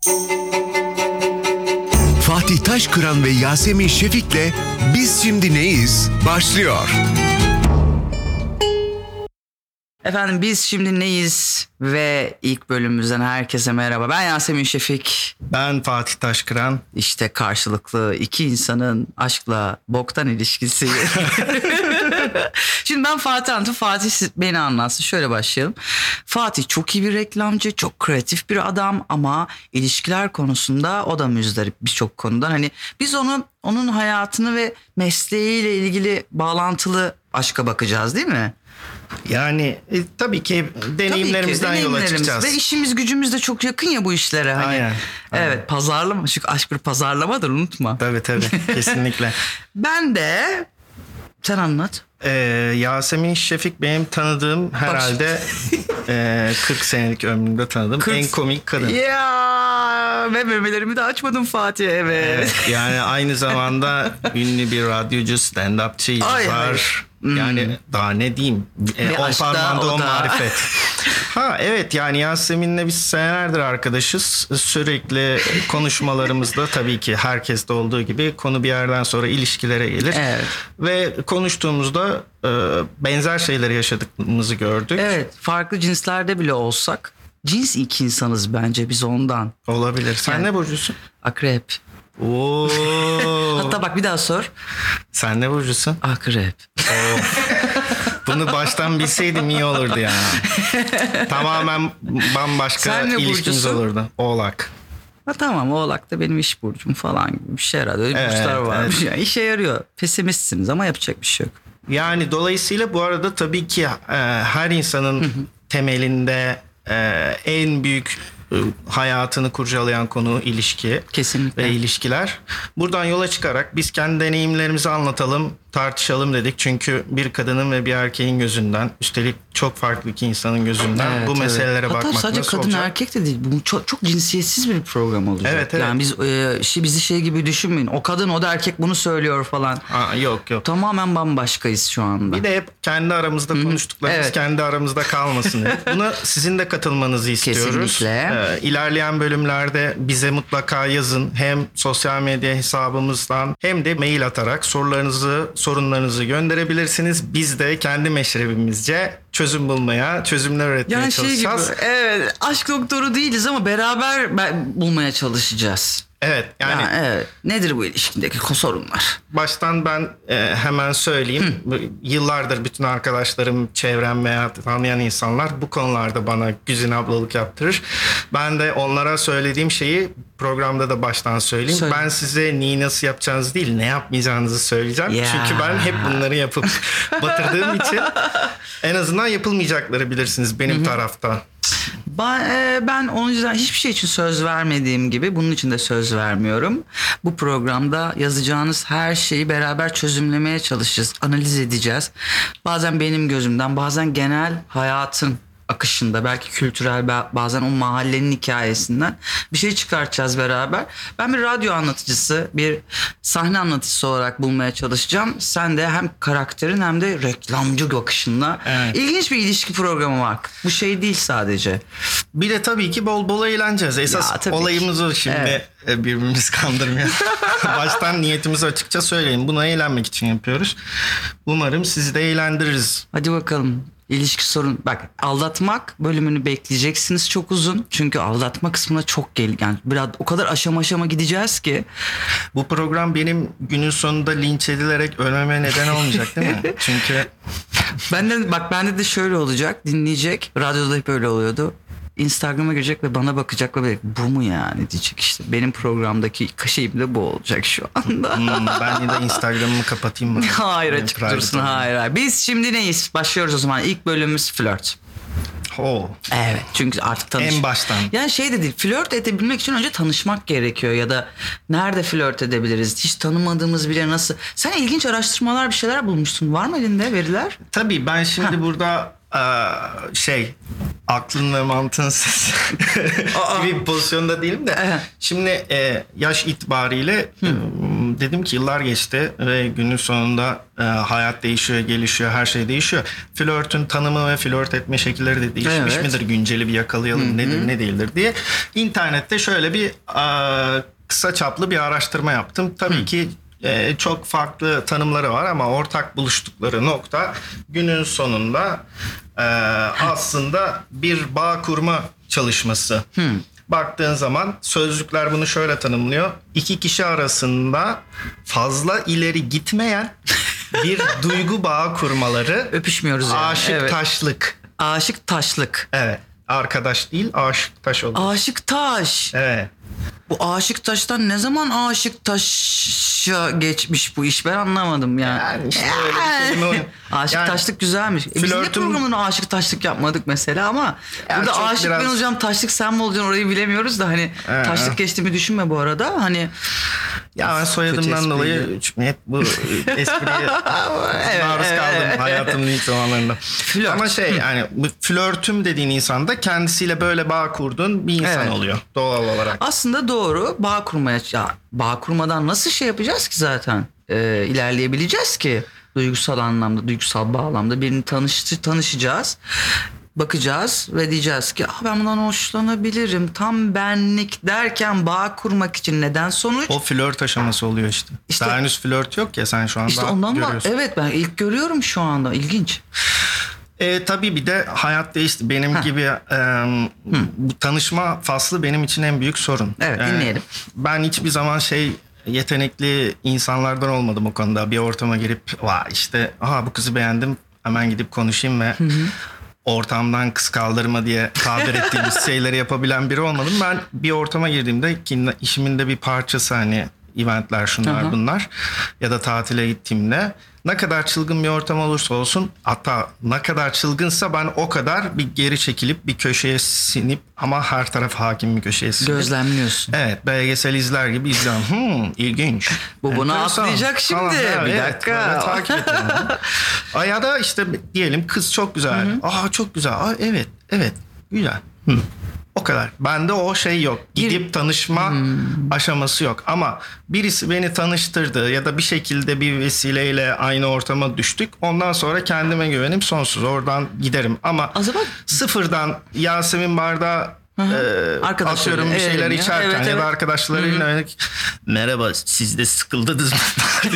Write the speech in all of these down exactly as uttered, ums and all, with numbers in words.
Fatih Taşkıran ve Yasemin Şefik'le Biz Şimdi Neyiz başlıyor. Efendim Biz Şimdi Neyiz ve ilk bölümümüzden herkese merhaba. Ben Yasemin Şefik. Ben Fatih Taşkıran. İşte karşılıklı iki insanın aşkla boktan ilişkisi. Şimdi ben Fatih anlatıp Fatih beni anlatsın. Şöyle başlayalım. Fatih çok iyi bir reklamcı, çok kreatif bir adam ama ilişkiler konusunda o da müzdarip birçok konudan. Hani biz onu onun hayatını ve mesleğiyle ilgili bağlantılı aşka bakacağız değil mi? Yani e, tabii ki deneyimlerimizden tabii ki, yola çıkacağız. Ve işimiz gücümüz de çok yakın ya bu işlere. Hani. Aynen. Evet, Aynen. pazarlama. Çünkü aşk bir pazarlamadır, unutma. Tabii tabii kesinlikle. Ben de sen anlat. Ee, Yasemin Şefik benim tanıdığım herhalde e, kırk senelik ömrümde tanıdığım kırk en komik kadın. Ya ve memelerimi de açmadım Fatih, evet. Evet, yani aynı zamanda ünlü bir radyocu, stand-upçı, yazar. Yani daha ne diyeyim? E, on parmağında on marifet. Ha evet, yani Yasemin'le biz senelerdir arkadaşız. Sürekli konuşmalarımızda tabii ki herkeste olduğu gibi konu bir yerden sonra ilişkilere gelir. Evet. Ve konuştuğumuzda e, benzer şeyleri yaşadığımızı gördük. Evet, farklı cinslerde bile olsak cins iki insanız bence biz ondan. Olabilir. Sen Yani, ne burcusun? Akrep. Oo. Hatta bak bir daha sor. Sen ne burcusun? Akrep. Oo. Bunu baştan bilseydim iyi olurdu ya. Tamamen bambaşka ilişkimiz olurdu. Oğlak. Ha, tamam, Oğlak da benim iş burcum falan gibi bir şey herhalde. Öyle evet, burçlar varmış. Evet. Yani işe yarıyor. Pesimistsiniz ama yapacak bir şey yok. Yani dolayısıyla bu arada tabii ki e, her insanın temelinde e, en büyük e, hayatını kurcalayan konu ilişki. Kesinlikle. Ve ilişkiler. Buradan yola çıkarak biz kendi deneyimlerimizi anlatalım, tartışalım dedik. Çünkü bir kadının ve bir erkeğin gözünden, üstelik çok farklı iki insanın gözünden Evet, bu evet. meselelere Hatta bakmak sadece nasıl kadın olacak? erkek de değil. Bu çok, çok cinsiyetsiz bir program olacak. Evet, evet. Yani biz e, şey, bizi şey gibi düşünmeyin. O kadın o da erkek bunu söylüyor falan. Aa, yok yok. Tamamen bambaşkayız şu anda. Bir de hep kendi aramızda konuştuklarımız Evet. kendi aramızda kalmasın. Buna sizin de katılmanızı istiyoruz. Kesinlikle. Ee, ilerleyen bölümlerde bize mutlaka yazın. Hem sosyal medya hesabımızdan hem de mail atarak sorularınızı, sorunlarınızı gönderebilirsiniz. Biz de kendi meşrebimizce çözüm bulmaya, çözümler üretmeye yani şey çalışacağız. gibi, evet, aşk doktoru değiliz ama beraber bulmaya çalışacağız. Evet, yani, yani evet. Nedir bu ilişkideki sorunlar? Baştan ben e, hemen söyleyeyim. Hı. Yıllardır bütün arkadaşlarım, çevrem veya tanıyan insanlar bu konularda bana güzin ablalık yaptırır. Ben de onlara söylediğim şeyi programda da baştan söyleyeyim. Söyle. Ben size neyi nasıl yapacağınızı değil, ne yapmayacağınızı söyleyeceğim. Ya. Çünkü ben hep bunları yapıp batırdığım için en azından yapılmayacakları bilirsiniz benim Hı-hı. tarafta. Ben, ben onun yüzden hiçbir şey için söz vermediğim gibi bunun için de söz vermiyorum. Bu programda yazacağınız her şeyi beraber çözümlemeye çalışacağız, analiz edeceğiz. Bazen benim gözümden, bazen genel hayatın akışında, belki kültürel, bazen o mahallenin hikayesinden bir şey çıkartacağız beraber. Ben bir radyo anlatıcısı, bir sahne anlatıcısı olarak bulmaya çalışacağım. Sen de hem karakterin hem de reklamcı bakışınla. Evet. İlginç bir ilişki programı var. Bu şey değil sadece. Bir de tabii ki bol bol eğleneceğiz. Esas ya, olayımız o şimdi. Evet. Birbirimizi kandırmıyor. Baştan niyetimizi açıkça söyleyin. Bunu eğlenmek için yapıyoruz. Umarım sizi de eğlendiririz. Hadi bakalım. İlişki sorun. Bak, aldatmak bölümünü bekleyeceksiniz çok uzun. Çünkü aldatma kısmına çok gel. Yani biraz o kadar aşama aşama gideceğiz ki. Bu program benim günün sonunda linç edilerek ölmeme neden olmayacak değil mi? Çünkü bende bak bende de şöyle olacak. Dinleyecek. Radyoda hep öyle oluyordu. Instagram'a girecek ve bana bakacak ve bu mu yani diyecek işte. Benim programdaki şeyim de bu olacak şu anda. Hmm, ben yine de Instagram'ımı kapatayım mı? Hayır, açık dursun. Hayır, hayır. Biz şimdi neyiz? Başlıyoruz o zaman. İlk bölümümüz flört. Oh. Evet, çünkü artık tanış. En baştan. Yani şey de değil, flört edebilmek için önce tanışmak gerekiyor ya da nerede flört edebiliriz? Hiç tanımadığımız biri nasıl? Sen ilginç araştırmalar, bir şeyler bulmuşsun. Var mı elinde veriler? Tabii, ben şimdi ha. burada e, şey aklın ve mantığın sesi gibi bir pozisyonda değilim de. Şimdi e, yaş itibariyle e, dedim ki yıllar geçti ve günün sonunda e, hayat değişiyor, gelişiyor, her şey değişiyor. Flörtün tanımı ve flört etme şekilleri de değişmiş Evet. midir? Günceli bir yakalayalım, Hı-hı. nedir, ne değildir diye. İnternette şöyle bir e, kısa çaplı bir araştırma yaptım. Tabii Hı. ki e, çok farklı tanımları var ama ortak buluştukları nokta günün sonunda e, aslında bir bağ kurma çalışması. Hı. Baktığın zaman sözlükler bunu şöyle tanımlıyor. İki kişi arasında fazla ileri gitmeyen bir duygu bağı kurmaları. Öpüşmüyoruz yani. Aşık Evet. taşlık. Aşık taşlık. Evet. Arkadaş değil, aşık taş olur. Aşık taş. Evet. Bu aşık taştan ne zaman aşık taşa geçmiş bu iş ben anlamadım yani. Yani işte öyle bir kelime. Aşık Yani taşlık güzelmiş. E biz ne flörtün- programında aşık taşlık yapmadık mesela ama Yani burada çok aşık biraz- ben olacağım taşlık sen mi olacaksın orayı bilemiyoruz da hani Ee. taşlık geçtiğimi düşünme bu arada hani. Ya ben Kötü soyadımdan espriydi. dolayı hep bu espriye maruz evet, kaldım evet. hayatımın ilk zamanlarında. Flört. Ama şey yani bu flörtüm dediğin insan da kendisiyle böyle bağ kurduğun bir insan Evet. oluyor doğal olarak. Aslında doğru bağ kurmaya ya, bağ kurmadan nasıl şey yapacağız ki zaten Ee, ilerleyebileceğiz ki duygusal anlamda duygusal bağlamda birini tanıştı tanışacağız. Bakacağız ve diyeceğiz ki ah, ben bundan hoşlanabilirim. Tam benlik derken bağ kurmak için neden sonuç? O flört aşaması oluyor işte. İşte- Daha henüz flört yok ya sen şu anda İşte ondan var. görüyorsun. Evet ben ilk görüyorum şu anda. İlginç. E, tabii bir de hayat değişti. Benim Ha. gibi e, bu tanışma faslı benim için en büyük sorun. Evet, E, dinleyelim. ben hiçbir zaman şey yetenekli insanlardan olmadım o konuda. Bir ortama girip vay işte aha bu kızı beğendim hemen gidip konuşayım ve ortamdan kız kaldırma diye tabir ettiğimiz şeyleri yapabilen biri olmadım. Ben bir ortama girdiğimde ki işimin de bir parçası hani eventler şunlar Aha. bunlar ya da tatile gittiğimde ne kadar çılgın bir ortam olursa olsun hatta ne kadar çılgınsa ben o kadar bir geri çekilip bir köşeye sinip ama her taraf hakim bir köşeye sinip. Gözlemliyorsun. Evet belgesel izler gibi izliyorum. Hmm, ilginç. Bu bunu Enteresan. atlayacak şimdi. Falan. Evet, Bir dakika. Evet, takip ediyorum. Ay ya da işte diyelim kız çok güzel. Aa çok güzel. Aa, evet evet güzel. Hı. O kadar. Bende o şey yok. Gidip tanışma aşaması yok. Ama birisi beni tanıştırdı ya da bir şekilde bir vesileyle aynı ortama düştük. Ondan sonra kendime güvenim sonsuz. Oradan giderim. Ama O zaman- sıfırdan Yasemin Bardağı e, Arkadaşlarıyla, atıyorum bir şeyler evet, içerken evet, ya evet. da arkadaşlarıyla merhaba siz de sıkıldınız mı?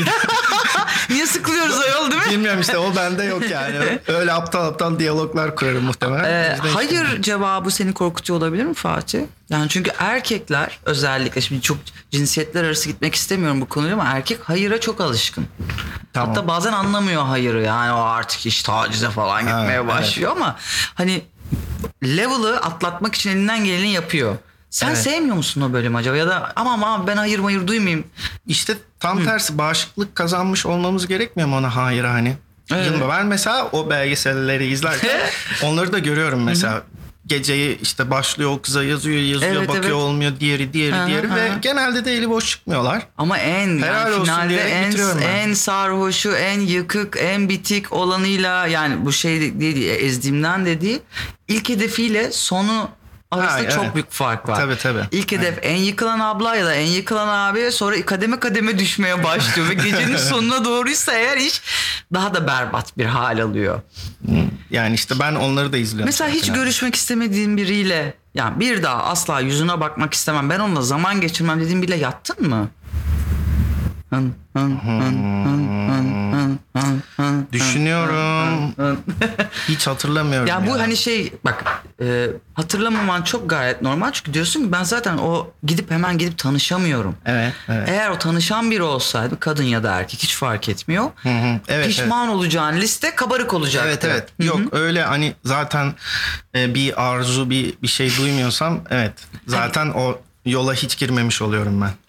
Niye sıkılıyoruz ayol değil mi? Bilmiyorum işte o bende yok yani. Öyle aptal aptal diyaloglar kurarım muhtemelen. Ee, O yüzden hayır işte- cevabı seni korkutuyor olabilir mi Fatih? Yani çünkü erkekler özellikle şimdi çok cinsiyetler arası gitmek istemiyorum bu konuya ama erkek hayıra çok alışkın. Tamam. Hatta bazen anlamıyor hayırı yani o artık iş tacize falan gitmeye evet. başlıyor ama hani level'ı atlatmak için elinden geleni yapıyor. Sen Evet. sevmiyor musun o bölümü acaba ya da aman aman ben hayır hayır duymayayım. İşte tam tersi bağışıklık kazanmış olmamız gerekmiyor mu ona hayır hani? Evet. Yılma. Ben mesela o belgeselleri izlerken onları da görüyorum mesela. Geceyi işte başlıyor o kıza yazıyor yazıyor Evet, bakıyor evet. olmuyor diğeri diğeri Aha, diğeri ve aha. genelde de eli boş çıkmıyorlar. Ama en Helal yani olsun finalde diyerek en, bitiriyorum ben. en sarhoşu, en yıkık, en bitik olanıyla yani bu şey değil ezdiğimden dediği ilk hedefiyle sonu arasında Ha, çok evet. büyük fark var. Tabii, tabii. İlk hedef en yıkılan abla ya da en yıkılan abi sonra kademe kademe düşmeye başlıyor ve gecenin sonuna doğruysa eğer iş daha da berbat bir hal alıyor. Yani işte ben onları da izliyorum. Mesela hiç Finalde. görüşmek istemediğin biriyle yani bir daha asla yüzüne bakmak istemem ben onunla zaman geçirmem dediğin biriyle yattın mı? Hın, hın, hın, hın, hın, hın, hın, hın, Düşünüyorum. hın. Hiç hatırlamıyorum. Ya bu ya. hani şey bak e, hatırlamaman çok gayet normal çünkü diyorsun ki ben zaten o gidip hemen gidip tanışamıyorum. Evet, evet. Eğer o tanışan biri olsaydı kadın ya da erkek hiç fark etmiyor. Hı hı, evet, Pişman olacağın liste kabarık olacaktı. Evet evet. Yok öyle hani zaten e, bir arzu bir bir şey duymuyorsam evet. Zaten o yola hiç girmemiş oluyorum ben.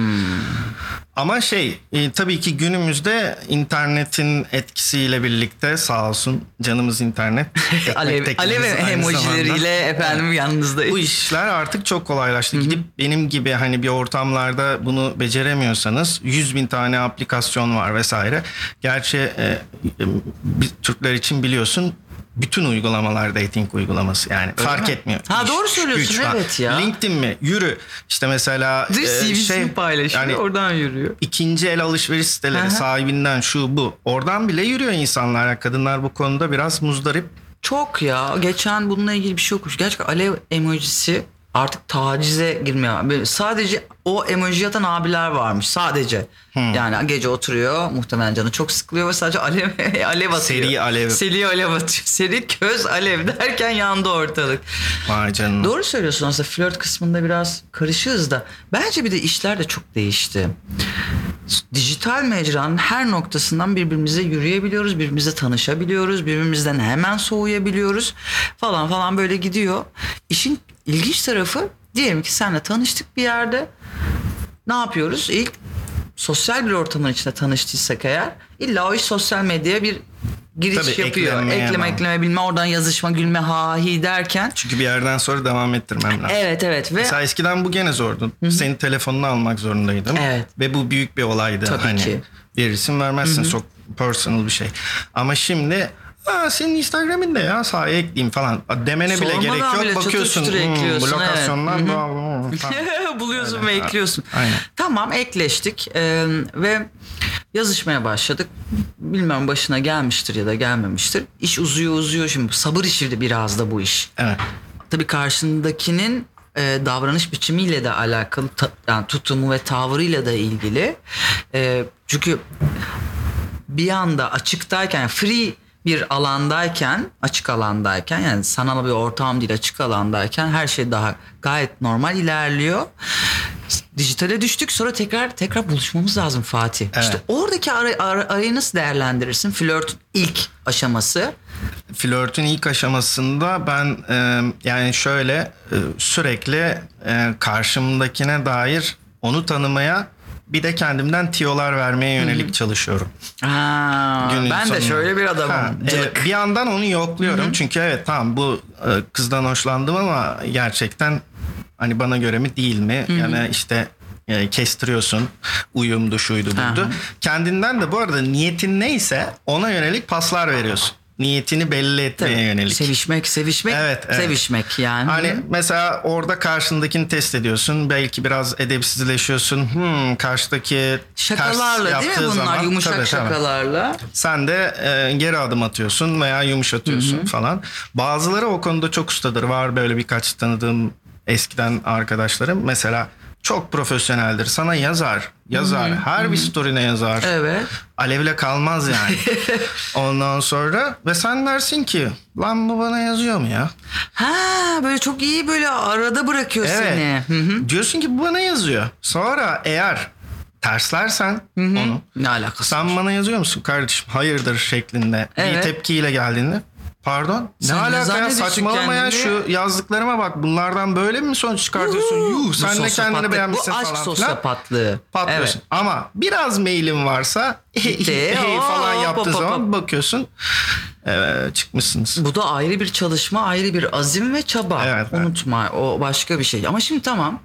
Ama şey e, tabii ki günümüzde internetin etkisiyle birlikte sağ olsun canımız internet. Alev, Ekmek alev teknemiz aynı emojileriyle zamanda. efendim yanınızdayız. Bu işler artık çok kolaylaştı. Gidip benim gibi hani bir ortamlarda bunu beceremiyorsanız yüz bin tane aplikasyon var vesaire. Gerçi e, e, biz Türkler için biliyorsun bütün uygulamalar dating uygulaması yani Öyle fark mi? etmiyor. Ha, İş, doğru söylüyorsun, güç falan. evet ya. LinkedIn mi? Yürü. İşte mesela Dış e, C V'sini şey paylaşıyor, yani oradan yürüyor. ikinci el alışveriş siteleri Aha. sahibinden şu bu. Oradan bile yürüyor insanlar. Yani kadınlar bu konuda biraz muzdarip. Çok ya. Geçen bununla ilgili bir şey okumuş. Gerçekten alev emojisi artık tacize girmiyor. Böyle sadece o emoji atan abiler varmış. Sadece. Hmm. Yani gece oturuyor. Muhtemelen canı çok sıkılıyor ve sadece alev, alev atıyor. Seri alev. Seri alev atıyor. Seri köz alev derken yandı ortalık. Vay canına. Doğru söylüyorsun, aslında flört kısmında biraz karışığız da. Bence bir de işler de çok değişti. Dijital mecranın her noktasından birbirimize yürüyebiliyoruz, birbirimize tanışabiliyoruz, birbirimizden hemen soğuyabiliyoruz falan falan böyle gidiyor. İşin ilginç tarafı, diyelim ki seninle tanıştık bir yerde. Ne yapıyoruz? İlk sosyal bir ortamın içinde tanıştıysak eğer, illa o iş sosyal medyaya bir giriş Tabii, yapıyor. eklenmeye Ekleme hemen. ekleme bilme, oradan yazışma gülme ha hi derken. Çünkü bir yerden sonra devam ettirmem lazım. Evet evet ve Mesela eskiden bu gene zordu. Senin telefonunu almak zorundaydım. Evet. Ve bu büyük bir olaydı. Tabii hani ki. verirsin vermezsin, çok personal bir şey. Ama şimdi Aa, senin Instagram'ın da ya sahaya ekleyeyim falan demene bile Sormadan gerek yok. bile çatır Bakıyorsun çutur hmm, ekliyorsun, bu lokasyondan evet. bu- falan. buluyorsun Öyle. ve ekliyorsun. Aynen. Tamam, ekleştik ee, ve yazışmaya başladık. Bilmem başına gelmiştir ya da gelmemiştir. İş uzuyor uzuyor, şimdi sabır işi biraz da bu iş. Evet. Tabii karşındakinin e, davranış biçimiyle de alakalı, ta- yani tutumu ve tavrıyla da ilgili. E, çünkü bir anda açıktayken, yani free bir alandayken, açık alandayken, yani sanal bir ortam değil, açık alandayken her şey daha gayet normal ilerliyor. Dijitale düştük, sonra tekrar tekrar buluşmamız lazım Fatih. Evet. İşte oradaki ara, ara- arayı nasıl değerlendirirsin? Flörtün ilk aşaması. Flörtün ilk aşamasında ben e, yani şöyle e, sürekli e, karşımdakine dair onu tanımaya, bir de kendimden tiyolar vermeye yönelik çalışıyorum. Ha, Günün ben de sonunda. şöyle bir Ha, adamım. e, bir yandan onu yokluyorum. Çünkü evet tamam, bu e, kızdan hoşlandım ama gerçekten hani bana göre mi değil mi? Yani işte e, kestiriyorsun. Uyumdu, şuydu, buydu. Aha. Kendinden de bu arada niyetin neyse ona yönelik paslar veriyorsun. Niyetini belli etmeye yönelik. Sevişmek, sevişmek, Evet, evet. sevişmek yani. Hani mesela orada karşındakini test ediyorsun. Belki biraz edepsizleşiyorsun. Hmm, karşıdaki Şakalarla ters değil mi yaptığı bunlar? zaman, Yumuşak tabii, tabii. şakalarla. Sen de e, geri adım atıyorsun veya yumuşatıyorsun falan. Bazıları o konuda çok ustadır. Var böyle birkaç tanıdığım eskiden arkadaşlarım. Mesela çok profesyoneldir. Sana yazar. Yazar. Her bir story'ne yazar. Evet. Alevle kalmaz yani. Ondan sonra ve sen dersin ki lan bu bana yazıyor mu ya? Ha, böyle çok iyi, böyle arada bırakıyor Evet. seni. Hı hı. Diyorsun ki bu bana yazıyor. Sonra eğer terslersen onu, Ne alakası? sen bana yazıyor musun kardeşim? Hayırdır şeklinde Evet. bir tepkiyle geldiğinde. Pardon? Sen ne ne alaka ya, zannediyorsun saçmalama ya, kendini? şu yazdıklarıma bak, bunlardan böyle mi sonuç çıkartıyorsun? Yuh, Bu sen de kendini sosyopatlık, beğenmişsin bu aşk falan filan. sosyopatlığı. Patlıyorsun. Evet. Ama biraz mailin varsa Gitti. hey falan Hop, yaptığı hop, hop, zaman hop. bakıyorsun ee, çıkmışsınız. Bu da ayrı bir çalışma, ayrı bir azim ve çaba. Evet, evet. Unutma, o başka bir şey. Ama şimdi tamam.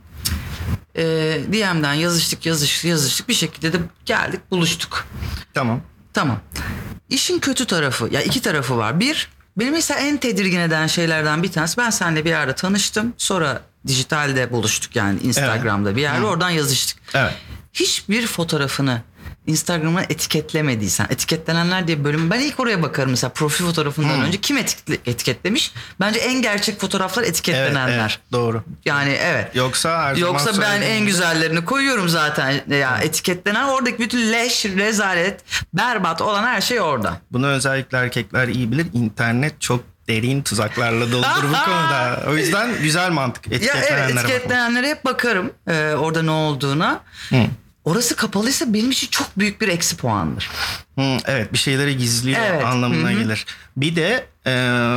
Ee, D M'den yazıştık, yazıştık, yazıştık. Bir şekilde de geldik, buluştuk. Tamam. Tamam. İşin kötü tarafı, ya iki tarafı var. Bir, beni mesela en tedirgin eden şeylerden bir tanesi, ben seninle bir yerde tanıştım. Sonra dijitalde buluştuk, yani Instagram'da bir yerde, oradan yazıştık. Evet. Hiçbir fotoğrafını Instagram'a etiketlemediysen, etiketlenenler diye bölüm, ben ilk oraya bakarım mesela, profil fotoğrafından Hmm. önce kim etikle, etiketlemiş? Bence en gerçek fotoğraflar Evet, etiketlenenler. evet, doğru. Yani evet. Yoksa her Yoksa zaman ben söylediğim en gibi- güzellerini koyuyorum zaten. Ya etiketlenen, oradaki bütün leş, rezalet, berbat olan her şey orada. Bunu özellikle erkekler iyi bilir. İnternet çok derin tuzaklarla doludur bu konuda. O yüzden güzel mantık. Ya evet, Etiketlenenlere bakmak. etiketlenenlere hep bakarım e, orada ne olduğuna. Hı. Orası kapalıysa benim için çok büyük bir eksi puandır. Hı, evet, bir şeyleri gizliyor Evet. anlamına Hı hı. gelir. Bir de e,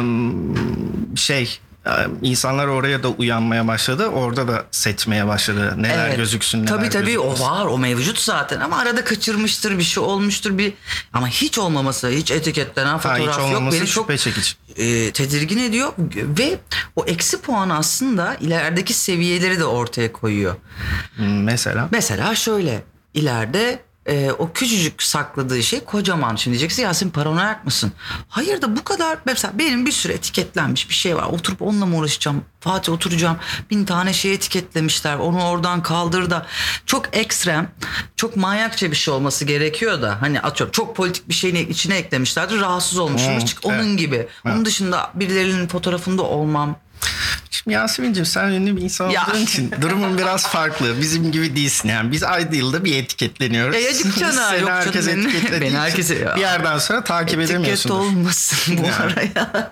şey e, insanlar oraya da uyanmaya başladı. Orada da seçmeye başladı. Neler Evet. gözüksün, neler Tabii tabii, o gözükmesin. var, o mevcut zaten, ama arada kaçırmıştır, bir şey olmuştur, bir ama hiç olmaması, hiç etiketlenen Ha, fotoğraf hiç yok, olmaması beni çok şüphe çekici. e, tedirgin ediyor ve o eksi puan aslında ilerideki seviyeleri de ortaya koyuyor. Hı, mesela. Mesela şöyle, ileride e, o küçücük sakladığı şey kocaman. Şimdi diyeceksin Yasemin paranoyak mısın? Hayır da bu kadar, mesela benim bir sürü etiketlenmiş bir şey var. Oturup onunla mı uğraşacağım? Fatih oturacağım, bin tane şey etiketlemişler. Onu oradan kaldır da. Çok ekstrem, çok manyakça bir şey olması gerekiyor da. Hani atıyorum çok politik bir şeyin içine eklemişlerdir. Rahatsız olmuşumdur. Hmm, Çık onun evet. gibi. Onun Evet. dışında birilerinin fotoğrafında olmam. Şimdi Yasemin'ciğim sen ünlü bir insan Ya. olduğun için durumun biraz farklı. Bizim gibi değilsin yani. Biz ayda yılda bir etiketleniyoruz. E, yazık cana, Seni yok canım herkes benim. etiketlediği Beni için herkese ya. bir yerden sonra takip Etiket edemiyorsundur. olmasın bu Yani. araya.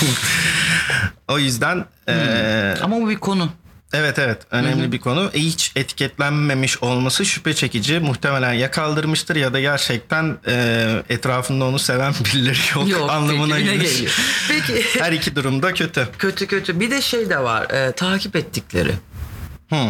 O yüzden e, Ama bu bir konu. evet evet önemli bir konu. E, hiç etiketlenmemiş olması şüphe çekici. Muhtemelen ya kaldırmıştır ya da gerçekten e, etrafında onu seven birileri yok, Yok, anlamına peki, yine gelir. geliyor. Peki. Her iki durumda kötü. Kötü kötü. Bir de şey de var. E, takip ettikleri. Hmm.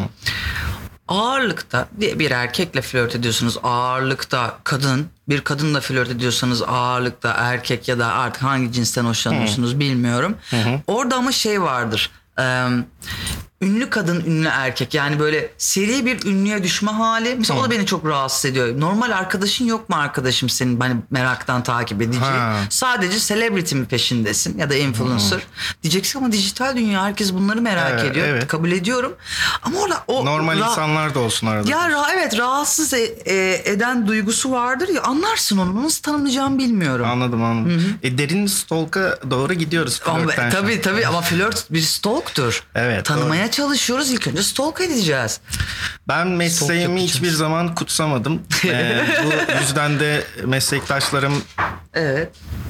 Ağırlıkta bir erkekle flört ediyorsunuz. Ağırlıkta kadın. Bir kadınla flört ediyorsanız ağırlıkta erkek ya da artık hangi cinsten hoşlanıyorsunuz bilmiyorum. Orada ama şey vardır. E, ünlü kadın, ünlü erkek. Yani böyle seri bir ünlüye düşme hali. Mesela o da beni çok rahatsız ediyor. Normal arkadaşın yok mu arkadaşım senin hani meraktan takip edeceği? Ha. Sadece celebrity mi peşindesin ya da influencer? Diyeceksin ama dijital dünya, herkes bunları merak Evet, ediyor. evet. Kabul ediyorum. Ama orada o Normal ra- insanlar da olsun arada. ya ra- evet rahatsız e- e- eden duygusu vardır ya, anlarsın onu. Nasıl tanımlayacağımı bilmiyorum. Anladım anladım. E, derin stalk'a doğru gidiyoruz. Ama, flörtten tabii sonra. tabii ama flört bir stalk'tur. Evet, Tanımaya çalışıyoruz, ilk önce stalk edeceğiz. Ben mesleğimi yapacağız. hiçbir zaman kutsamadım. Ee, bu yüzden de meslektaşlarım Evet.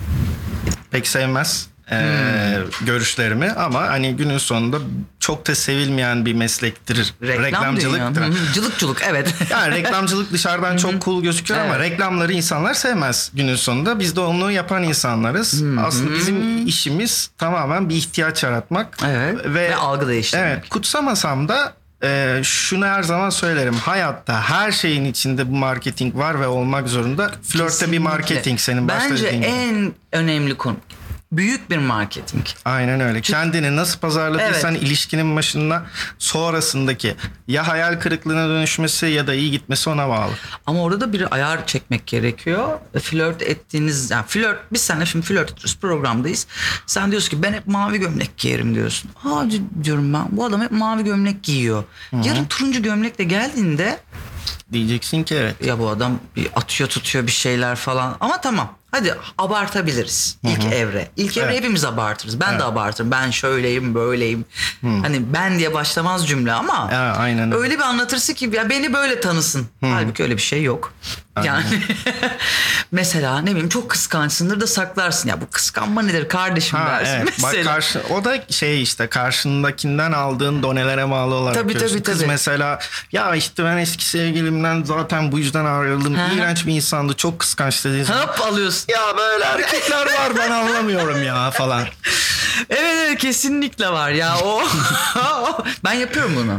pek sevmez ee, Hmm. görüşlerimi, ama hani günün sonunda çok da sevilmeyen bir meslektir. Reklam Reklamcılıktır. dünya. Hı hı, Cılık cılık evet. Yani reklamcılık dışarıdan çok cool gözüküyor ama Evet. reklamları insanlar sevmez günün sonunda. Biz de onu yapan insanlarız. Aslında bizim işimiz tamamen bir ihtiyaç yaratmak. Evet. Ve algı değiştirmek. Evet, kutsamasam da e, şunu her zaman söylerim. Hayatta her şeyin içinde bu marketing var ve olmak zorunda. Flörtte bir Kesinlikle. marketing senin başta Bence dediğin gibi. en önemli konu. Büyük bir marketing. Aynen öyle. Kendini nasıl pazarladıysan Evet. ilişkinin başında sonrasındaki ya hayal kırıklığına dönüşmesi ya da iyi gitmesi ona bağlı. Ama orada da bir ayar çekmek gerekiyor. Flört ettiğiniz, yani flört, biz seninle şimdi flört ediyoruz, programdayız. Sen diyorsun ki ben hep mavi gömlek giyerim diyorsun. Ha diyorum ben, bu adam hep mavi gömlek giyiyor. Yarın turuncu gömlekle geldiğinde Diyeceksin ki evet. ya bu adam bir atıyor tutuyor bir şeyler falan. Ama tamam, hadi abartabiliriz ilk evre. İlk evre Evet. hepimiz abartırız. Ben de abartırım. Ben şöyleyim böyleyim. Hani ben diye başlamaz cümle ama Ha, aynen öyle. öyle bir anlatırsın ki ya beni böyle tanısın. Halbuki öyle bir şey yok. Yani mesela ne bileyim çok kıskançsındır da saklarsın. Ya bu kıskanma nedir kardeşim Ha, dersin evet. Bak mesela. karşı, o da şey işte karşındakinden aldığın donelere bağlı olarak Tabii, görüyorsun. tabii, Kız tabii. mesela ya işte ben eski sevgilimden zaten bu yüzden ayrıldım. Hı hı. İğrenç bir insandı, çok kıskanç dediğin zaman. Hop alıyorsun. Ya böyle erkekler var ben anlamıyorum ya falan. Evet evet kesinlikle var ya o. Ben yapıyorum bunu.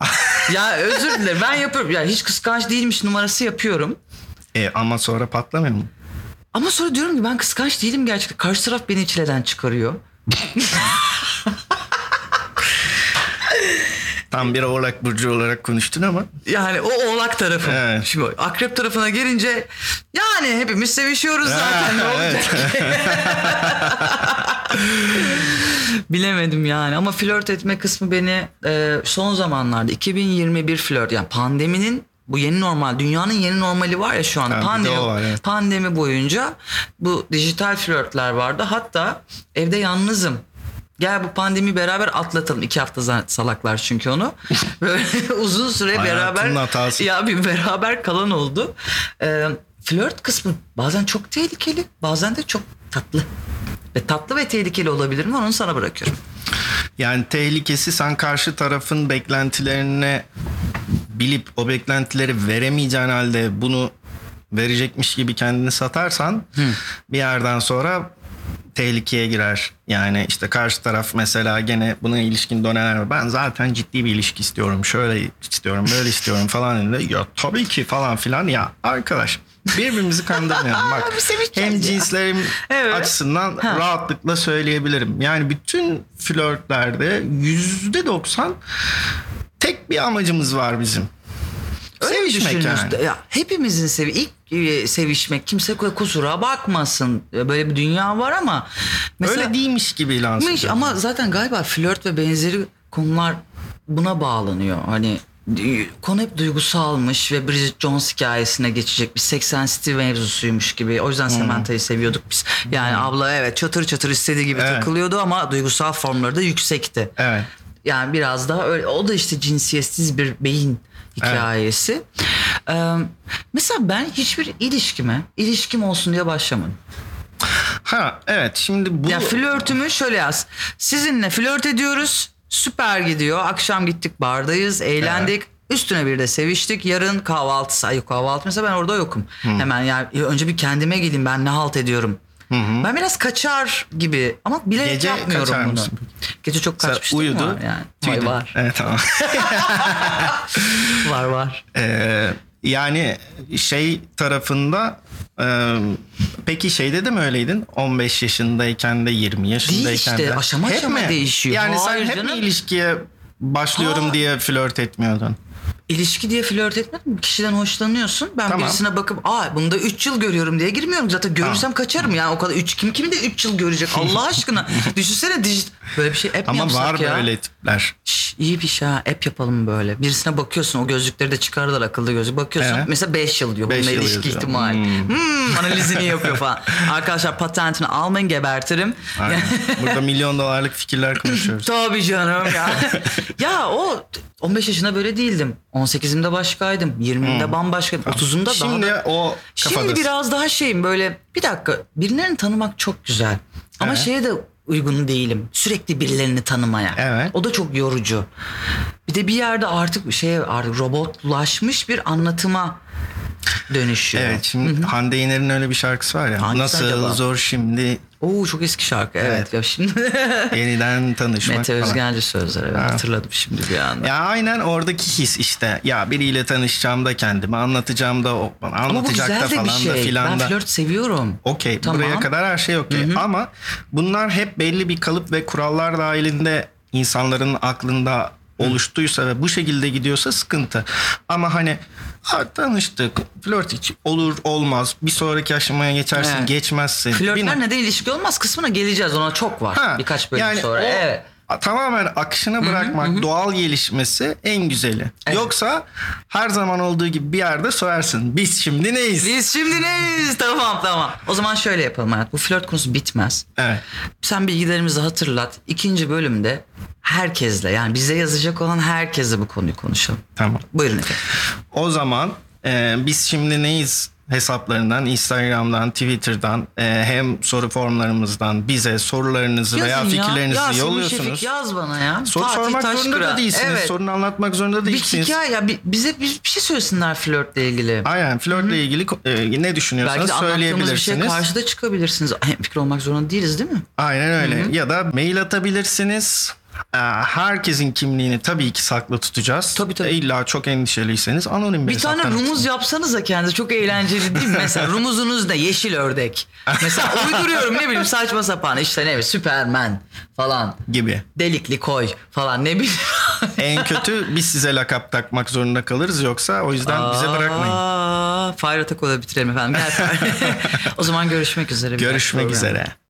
Ya özür dilerim ben yapıyorum. Ya hiç kıskanç değilmiş numarası yapıyorum. E, ama sonra patlamıyor mu? Ama sonra diyorum ki ben kıskanç değilim gerçekten. Karşı taraf beni çileden çıkarıyor. Tam bir Oğlak Burcu olarak konuştun ama. Yani o oğlak tarafı. Evet. Şimdi akrep tarafına gelince yani hepimiz sevişiyoruz zaten. Ne olacak ki? Bilemedim yani ama flört etme kısmı beni e, son zamanlarda iki bin yirmi bir flört, yani pandeminin bu yeni normal, dünyanın yeni normali var ya şu anda. Ha, bir de pandemi, o var, evet. pandemi boyunca bu dijital flörtler vardı. Hatta evde yalnızım. Gel bu pandemi beraber atlatalım. İki hafta za- salaklar çünkü onu. Böyle uzun süre Hayatının beraber hatası. ya bir beraber kalan oldu. Ee, flört kısmı bazen çok tehlikeli, bazen de çok tatlı. Ve tatlı ve tehlikeli olabilir mi? Onu sana bırakıyorum. Yani tehlikesi sen karşı tarafın beklentilerini bilip o beklentileri veremeyeceğin halde bunu verecekmiş gibi kendini satarsan bir yerden sonra tehlikeye girer. Yani işte karşı taraf mesela gene buna ilişkin doneler, ben zaten ciddi bir ilişki istiyorum, şöyle istiyorum, böyle istiyorum falan dedi. Ya tabii ki falan filan. Ya arkadaş birbirimizi kandırmayalım. Bak Bu sevişeceğiz hem ya. cinslerim Evet. açısından Ha. rahatlıkla söyleyebilirim. Yani bütün flörtlerde yüzde doksan tek bir amacımız var bizim. Öyle mi Sevişmek düşünüyorsun? yani. Ya, hepimizin sevi ilk e, sevişmek, kimse kusura bakmasın. Böyle bir dünya var ama mesela Öyle değilmiş gibi lanse Miş, ediyorlar. ama zaten galiba flört ve benzeri konular buna bağlanıyor. Hani konu hep duygusalmış ve Bridget Jones hikayesine geçecek bir seksen City mevzusuymuş gibi. O yüzden Samantha'yı seviyorduk biz. Yani abla evet çatır çatır istediği gibi Evet. takılıyordu ama duygusal formları da yüksekti. Evet. Yani biraz daha öyle. O da işte cinsiyetsiz bir beyin hikayesi. Ee, mesela ben hiçbir ilişkime ilişkim olsun diye başlamadım. Ha evet şimdi bu... Ya flörtümü şöyle yaz. Sizinle flört ediyoruz. Süper gidiyor. Akşam gittik bardayız. Eğlendik. Üstüne bir de seviştik. Yarın kahvaltısı. Ay kahvaltı mesela ben orada yokum. Hemen yani önce bir kendime geleyim. Ben ne halt ediyorum. Ben biraz kaçar gibi ama bilerek Gece yapmıyorum kaçar bunu. mısın? Gece çok Sen kaçmıştım uyudu, var yani. tüydün. Ay, var. Evet tamam. Var var. Ee, yani şey tarafında e, peki şeyde de mi öyleydin? on beş yaşındayken de yirmi yaşındayken işte, de. aşama Hep aşama mi? değişiyor. Yani Hayır sen hep mi canım. ilişkiye başlıyorum Ha. diye flört etmiyordun? İlişki diye flört etmedim. Bir kişiden hoşlanıyorsun. Ben Tamam. birisine bakıp aa bunda üç yıl görüyorum diye girmiyorum. Zaten görürsem kaçarım yani o kadar. üç kim kimi de üç yıl görecek Allah aşkına. Düşünsene dijit böyle bir şey app mi Ama yapsak var ya? böyle tipler. Şş, iyi bir şey ha. App yapalım böyle. Birisine bakıyorsun o gözlükleri de çıkardılar akıllı gözlük. Bakıyorsun Ee? mesela beş yıl diyor. Beş Bununla yıl ilişki yazıyor. ihtimali. Hmm. analizini yapıyor falan. Arkadaşlar patentini almayın gebertirim. Aynen. Burada milyon dolarlık fikirler konuşuyoruz. Tabii canım ya. ya o on beş yaşında böyle değildim. on sekizimde başkaydım. yirmimde bambaşkaydım. otuzumda Şimdi daha da... o kafadasın. Şimdi biraz daha şeyim böyle bir dakika birilerini tanımak çok güzel. Ama Evet. şeye de uygun değilim. Sürekli birilerini tanımaya. Evet. O da çok yorucu. Bir de bir yerde artık şey artık robotlaşmış bir anlatıma dönüşüyor. Evet şimdi Hande Yener'in öyle bir şarkısı var ya. Hangisi Nasıl acaba? zor şimdi Oo çok eski şarkı. Evet, Evet. ya şimdi yeniden tanışmak Mete falan. Özgenci sözleri. Evet, hatırladım şimdi bir anda. Ya aynen oradaki his işte. Ya biriyle tanışacağım da kendime anlatacağım da o bana Ama bu anlatacak da güzel de falan bir da şey. filan Ben da. flört seviyorum. Okey Tamam. buraya kadar her şey okey. Ama bunlar hep belli bir kalıp ve kurallar dahilinde insanların aklında oluştuysa ve bu şekilde gidiyorsa sıkıntı. Ama hani ha, tanıştık, flört hiç olur olmaz, bir sonraki aşamaya geçersin, Evet. geçmezsin. Flörtler Bilmem- neden ilişki olmaz kısmına geleceğiz. Ona çok var. Ha, Birkaç bölüm yani sonra. o Evet. tamamen akışına bırakmak, doğal gelişmesi en güzeli. Evet. Yoksa her zaman olduğu gibi bir yerde söylersin. Biz şimdi neyiz? Biz şimdi neyiz? Tamam tamam. O zaman şöyle yapalım hayat. Bu flört konusu bitmez. Evet. Sen bilgilerimizi hatırlat. İkinci bölümde herkesle yani bize yazacak olan herkesle bu konuyu konuşalım. Tamam. Buyurun efendim. O zaman e, biz şimdi neyiz hesaplarından, Instagram'dan, Twitter'dan e, hem soru formlarımızdan bize sorularınızı veya Yazın ya. fikirlerinizi Yasemin yolluyorsunuz. Şefik yaz bana ya. Soru Fatih sormak Taşkıran. zorunda da değilsiniz. Evet. Sorunu anlatmak zorunda Bir değilsiniz. hikaye ya bi- bize bir, bir şey söylesinler flörtle ilgili. Aynen flörtle ilgili e, ne düşünüyorsanız Belki de anlattığımız bir söyleyebilirsiniz. şeye karşı da çıkabilirsiniz. Hemfikir olmak zorunda değiliz değil mi? Aynen öyle. Ya da mail atabilirsiniz. Ee, Herkesin kimliğini tabii ki saklı tutacağız. Tabii, tabii. İlla çok endişeliyseniz anonim bir Bir tane hesaptan rumuz yapsanıza kendinize. Çok eğlenceli değil mi? Mesela rumuzunuz ne? Yeşil ördek. Mesela uyduruyorum ne bileyim saçma sapan işte ne bileyim Süpermen falan. gibi. Delikli koy falan ne bileyim. En kötü biz size lakap takmak zorunda kalırız yoksa o yüzden bize bırakmayın. Aa, Fire Attack'ı da bitirelim efendim. Gel Fire. O zaman görüşmek üzere. Bir Görüşmek dahaki programda. üzere.